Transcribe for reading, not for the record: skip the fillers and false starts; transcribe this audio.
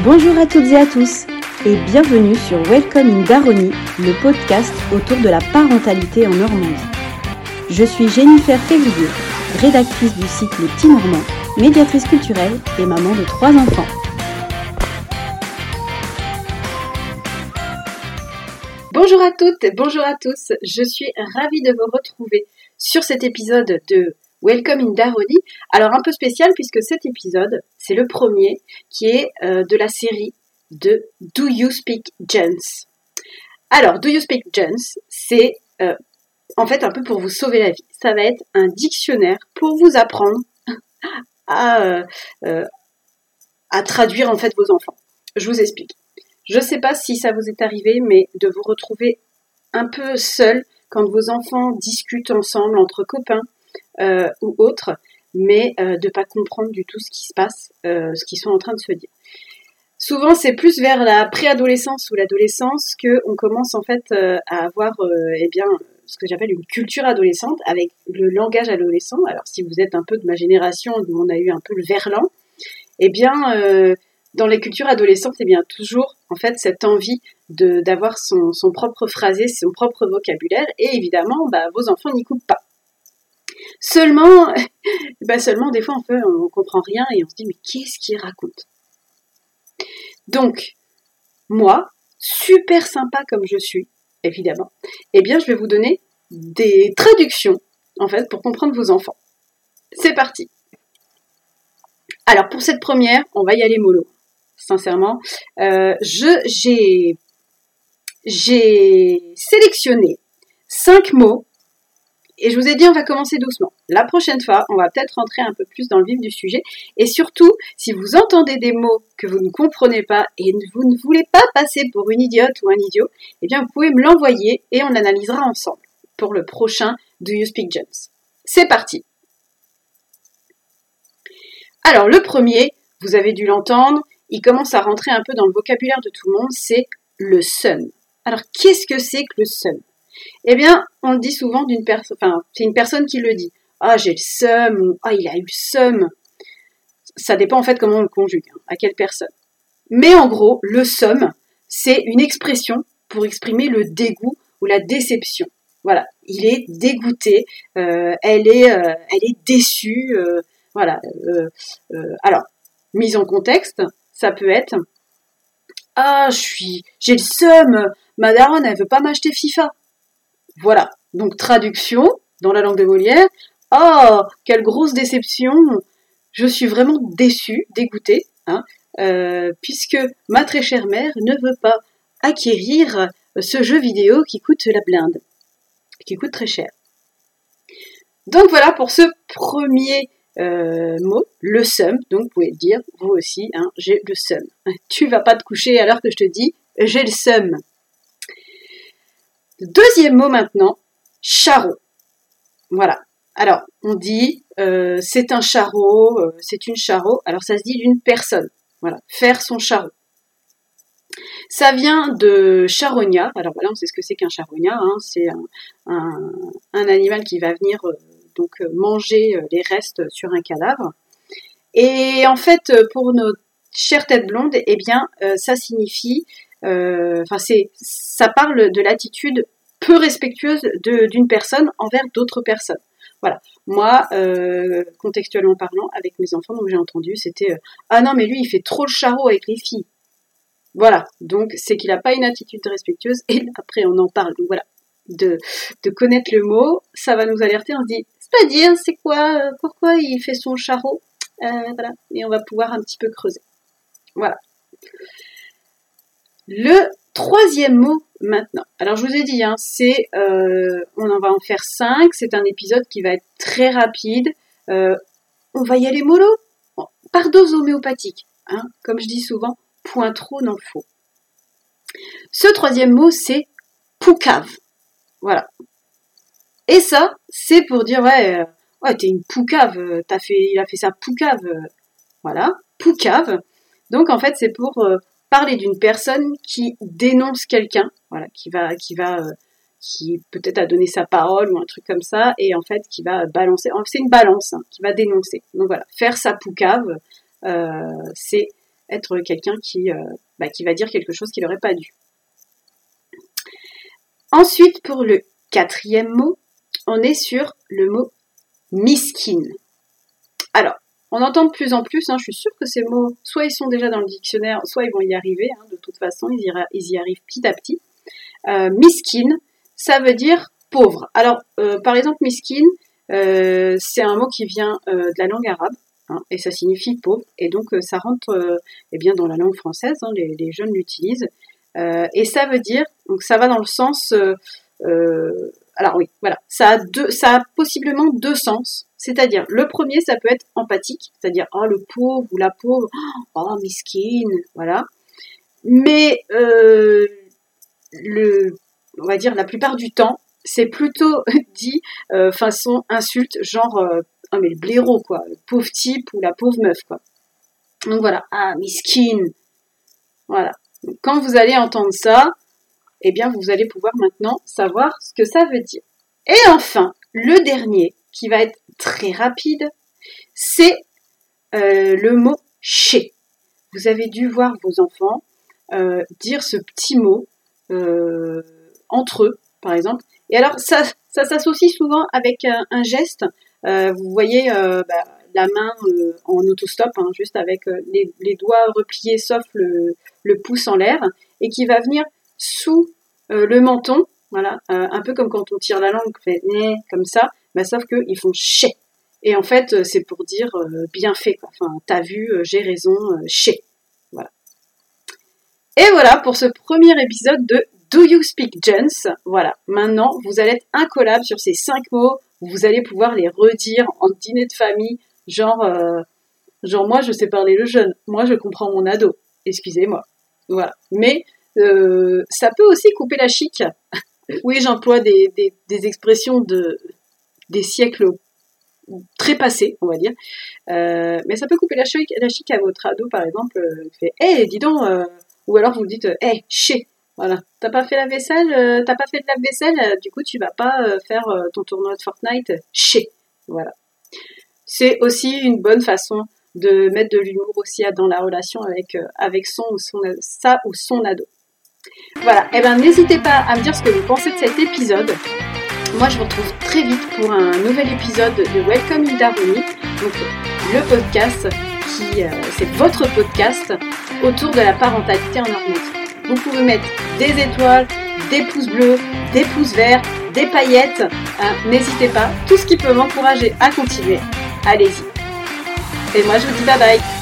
Bonjour à toutes et à tous et bienvenue sur Welcome in Daronie, le podcast autour de la parentalité en Normandie. Je suis Jennifer Février, rédactrice du site Le Petit Normand, médiatrice culturelle et maman de 3 enfants. Bonjour à toutes et bonjour à tous, je suis ravie de vous retrouver sur cet épisode de Welcome in Daronie. Alors un peu spécial puisque cet épisode, c'est le premier qui est de la série de Do You Speak Gens. Alors Do You Speak Gens, c'est en fait un peu pour vous sauver la vie. Ça va être un dictionnaire pour vous apprendre à traduire en fait vos enfants. Je vous explique. Je ne sais pas si ça vous est arrivé, mais de vous retrouver un peu seul quand vos enfants discutent ensemble entre copains ou autres, mais de ne pas comprendre du tout ce qui se passe, ce qu'ils sont en train de se dire. Souvent, c'est plus vers la préadolescence ou l'adolescence qu'on commence en fait à avoir ce que j'appelle une culture adolescente avec le langage adolescent. Alors, si vous êtes un peu de ma génération, où on a eu un peu le verlan, dans les cultures adolescentes, toujours en fait cette envie d'avoir son propre phrasé, son propre vocabulaire, et évidemment, vos enfants n'y coupent pas. Seulement, des fois, on comprend rien et on se dit mais qu'est-ce qu'il raconte ? Donc, moi, super sympa comme je suis, évidemment, je vais vous donner des traductions en fait pour comprendre vos enfants. C'est parti. Alors pour cette première, on va y aller mollo. Sincèrement, j'ai sélectionné 5 mots et je vous ai dit on va commencer doucement. La prochaine fois, on va peut-être rentrer un peu plus dans le vif du sujet et surtout, si vous entendez des mots que vous ne comprenez pas et vous ne voulez pas passer pour une idiote ou un idiot, vous pouvez me l'envoyer et on analysera ensemble pour le prochain Do You Speak Gens. C'est parti. Alors le premier, vous avez dû l'entendre, il commence à rentrer un peu dans le vocabulaire de tout le monde, c'est le seum. Alors, qu'est-ce que c'est que le seum ? On le dit souvent c'est une personne qui le dit. Ah, j'ai le seum, ou ah, il a eu le seum. Ça dépend en fait comment on le conjugue, à quelle personne. Mais en gros, le seum, c'est une expression pour exprimer le dégoût ou la déception. Voilà, il est dégoûté, elle est déçue, alors, mise en contexte, ça peut être « Ah, j'ai le seum, ma daronne, elle veut pas m'acheter FIFA. » Voilà, donc traduction, dans la langue de Molière, « Oh, quelle grosse déception, je suis vraiment déçue, dégoûtée, puisque ma très chère mère ne veut pas acquérir ce jeu vidéo qui coûte la blinde, qui coûte très cher. » Donc voilà pour ce premier mot, le seum, donc vous pouvez le dire, vous aussi, j'ai le seum. Tu vas pas te coucher à l'heure que je te dis, j'ai le seum. Deuxième mot maintenant, charreau. Voilà. Alors, on dit, c'est un charreau, c'est une charreau. Alors, ça se dit d'une personne. Voilà, faire son charreau. Ça vient de charognat. Alors voilà, on sait ce que c'est qu'un charognat. C'est un animal qui va venir manger les restes sur un cadavre. Et en fait, pour nos chères têtes blondes, ça signifie, ça parle de l'attitude peu respectueuse d'une personne envers d'autres personnes. Voilà. Moi, contextuellement parlant, avec mes enfants, donc j'ai entendu, c'était ah non mais lui il fait trop le charreau avec les filles. Voilà. Donc c'est qu'il n'a pas une attitude respectueuse. Et après on en parle. Donc voilà. De connaître le mot, ça va nous alerter. On se dit c'est-à-dire, c'est quoi, pourquoi il fait son charreau, voilà, et on va pouvoir un petit peu creuser. Voilà. Le troisième mot maintenant. Alors je vous ai dit, on en va en faire 5. C'est un épisode qui va être très rapide. On va y aller mollo, par dose homéopathique. Comme je dis souvent, point trop n'en faut. Ce troisième mot, c'est poucave. Voilà. Et ça, c'est pour dire, t'es une poucave, il a fait sa poucave, voilà, poucave. Donc, en fait, c'est pour parler d'une personne qui dénonce quelqu'un, voilà, qui peut-être a donné sa parole ou un truc comme ça, et en fait, qui va balancer, c'est une balance, qui va dénoncer. Donc voilà, faire sa poucave, c'est être quelqu'un qui va dire quelque chose qu'il n'aurait pas dû. Ensuite, pour le 4e mot, on est sur le mot miskine. Alors, on entend de plus en plus, je suis sûre que ces mots, soit ils sont déjà dans le dictionnaire, soit ils vont y arriver, de toute façon, ils y arrivent petit à petit. Miskine, ça veut dire pauvre. Alors, par exemple, miskine, c'est un mot qui vient de la langue arabe, et ça signifie pauvre, et donc ça rentre dans la langue française, les jeunes l'utilisent, et ça veut dire, donc ça va dans le sens, alors oui, voilà, ça a possiblement 2 sens, c'est-à-dire le premier, ça peut être empathique, c'est-à-dire le pauvre ou la pauvre, miskine, voilà, mais on va dire la plupart du temps, c'est plutôt dit façon insulte, genre mais le blaireau, quoi, le pauvre type ou la pauvre meuf, quoi. Donc voilà, miskine. Voilà. Donc, quand vous allez entendre ça, vous allez pouvoir maintenant savoir ce que ça veut dire. Et enfin, le dernier, qui va être très rapide, c'est le mot chez. Vous avez dû voir vos enfants dire ce petit mot entre eux, par exemple. Et alors, ça s'associe souvent avec un geste. Vous voyez la main en autostop, juste avec les doigts repliés sauf le pouce en l'air, et qui va venir sous le menton, voilà, un peu comme quand on tire la langue, fait comme ça, sauf qu'ils font chez. Et en fait, c'est pour dire bien fait, quoi. Enfin, t'as vu, j'ai raison, chez. Voilà. Et voilà pour ce premier épisode de Do You Speak Gens? Voilà. Maintenant, vous allez être incollable sur ces 5 mots. Vous allez pouvoir les redire en dîner de famille. Genre moi, je sais parler le jeune. Moi, je comprends mon ado. Excusez-moi. Voilà. Mais ça peut aussi couper la chic. Oui, j'emploie des expressions des siècles très passés, on va dire. Mais ça peut couper la chic à votre ado, par exemple. Fait « Hey, dis donc !» Ou alors vous dites « Hey, chez !» Voilà. T'as pas fait la vaisselle, t'as pas fait de la vaisselle, du coup tu vas pas faire ton tournoi de Fortnite chez. Voilà. C'est aussi une bonne façon de mettre de l'humour aussi dans la relation avec son ou son ado. Voilà. N'hésitez pas à me dire ce que vous pensez de cet épisode. Moi je vous retrouve très vite pour un nouvel épisode de Welcome in Darwin. Donc le podcast c'est votre podcast autour de la parentalité en informatique. Vous pouvez mettre des étoiles, des pouces bleus, des pouces verts, des paillettes. N'hésitez pas, tout ce qui peut m'encourager à continuer. Allez-y. Et moi, je vous dis bye bye.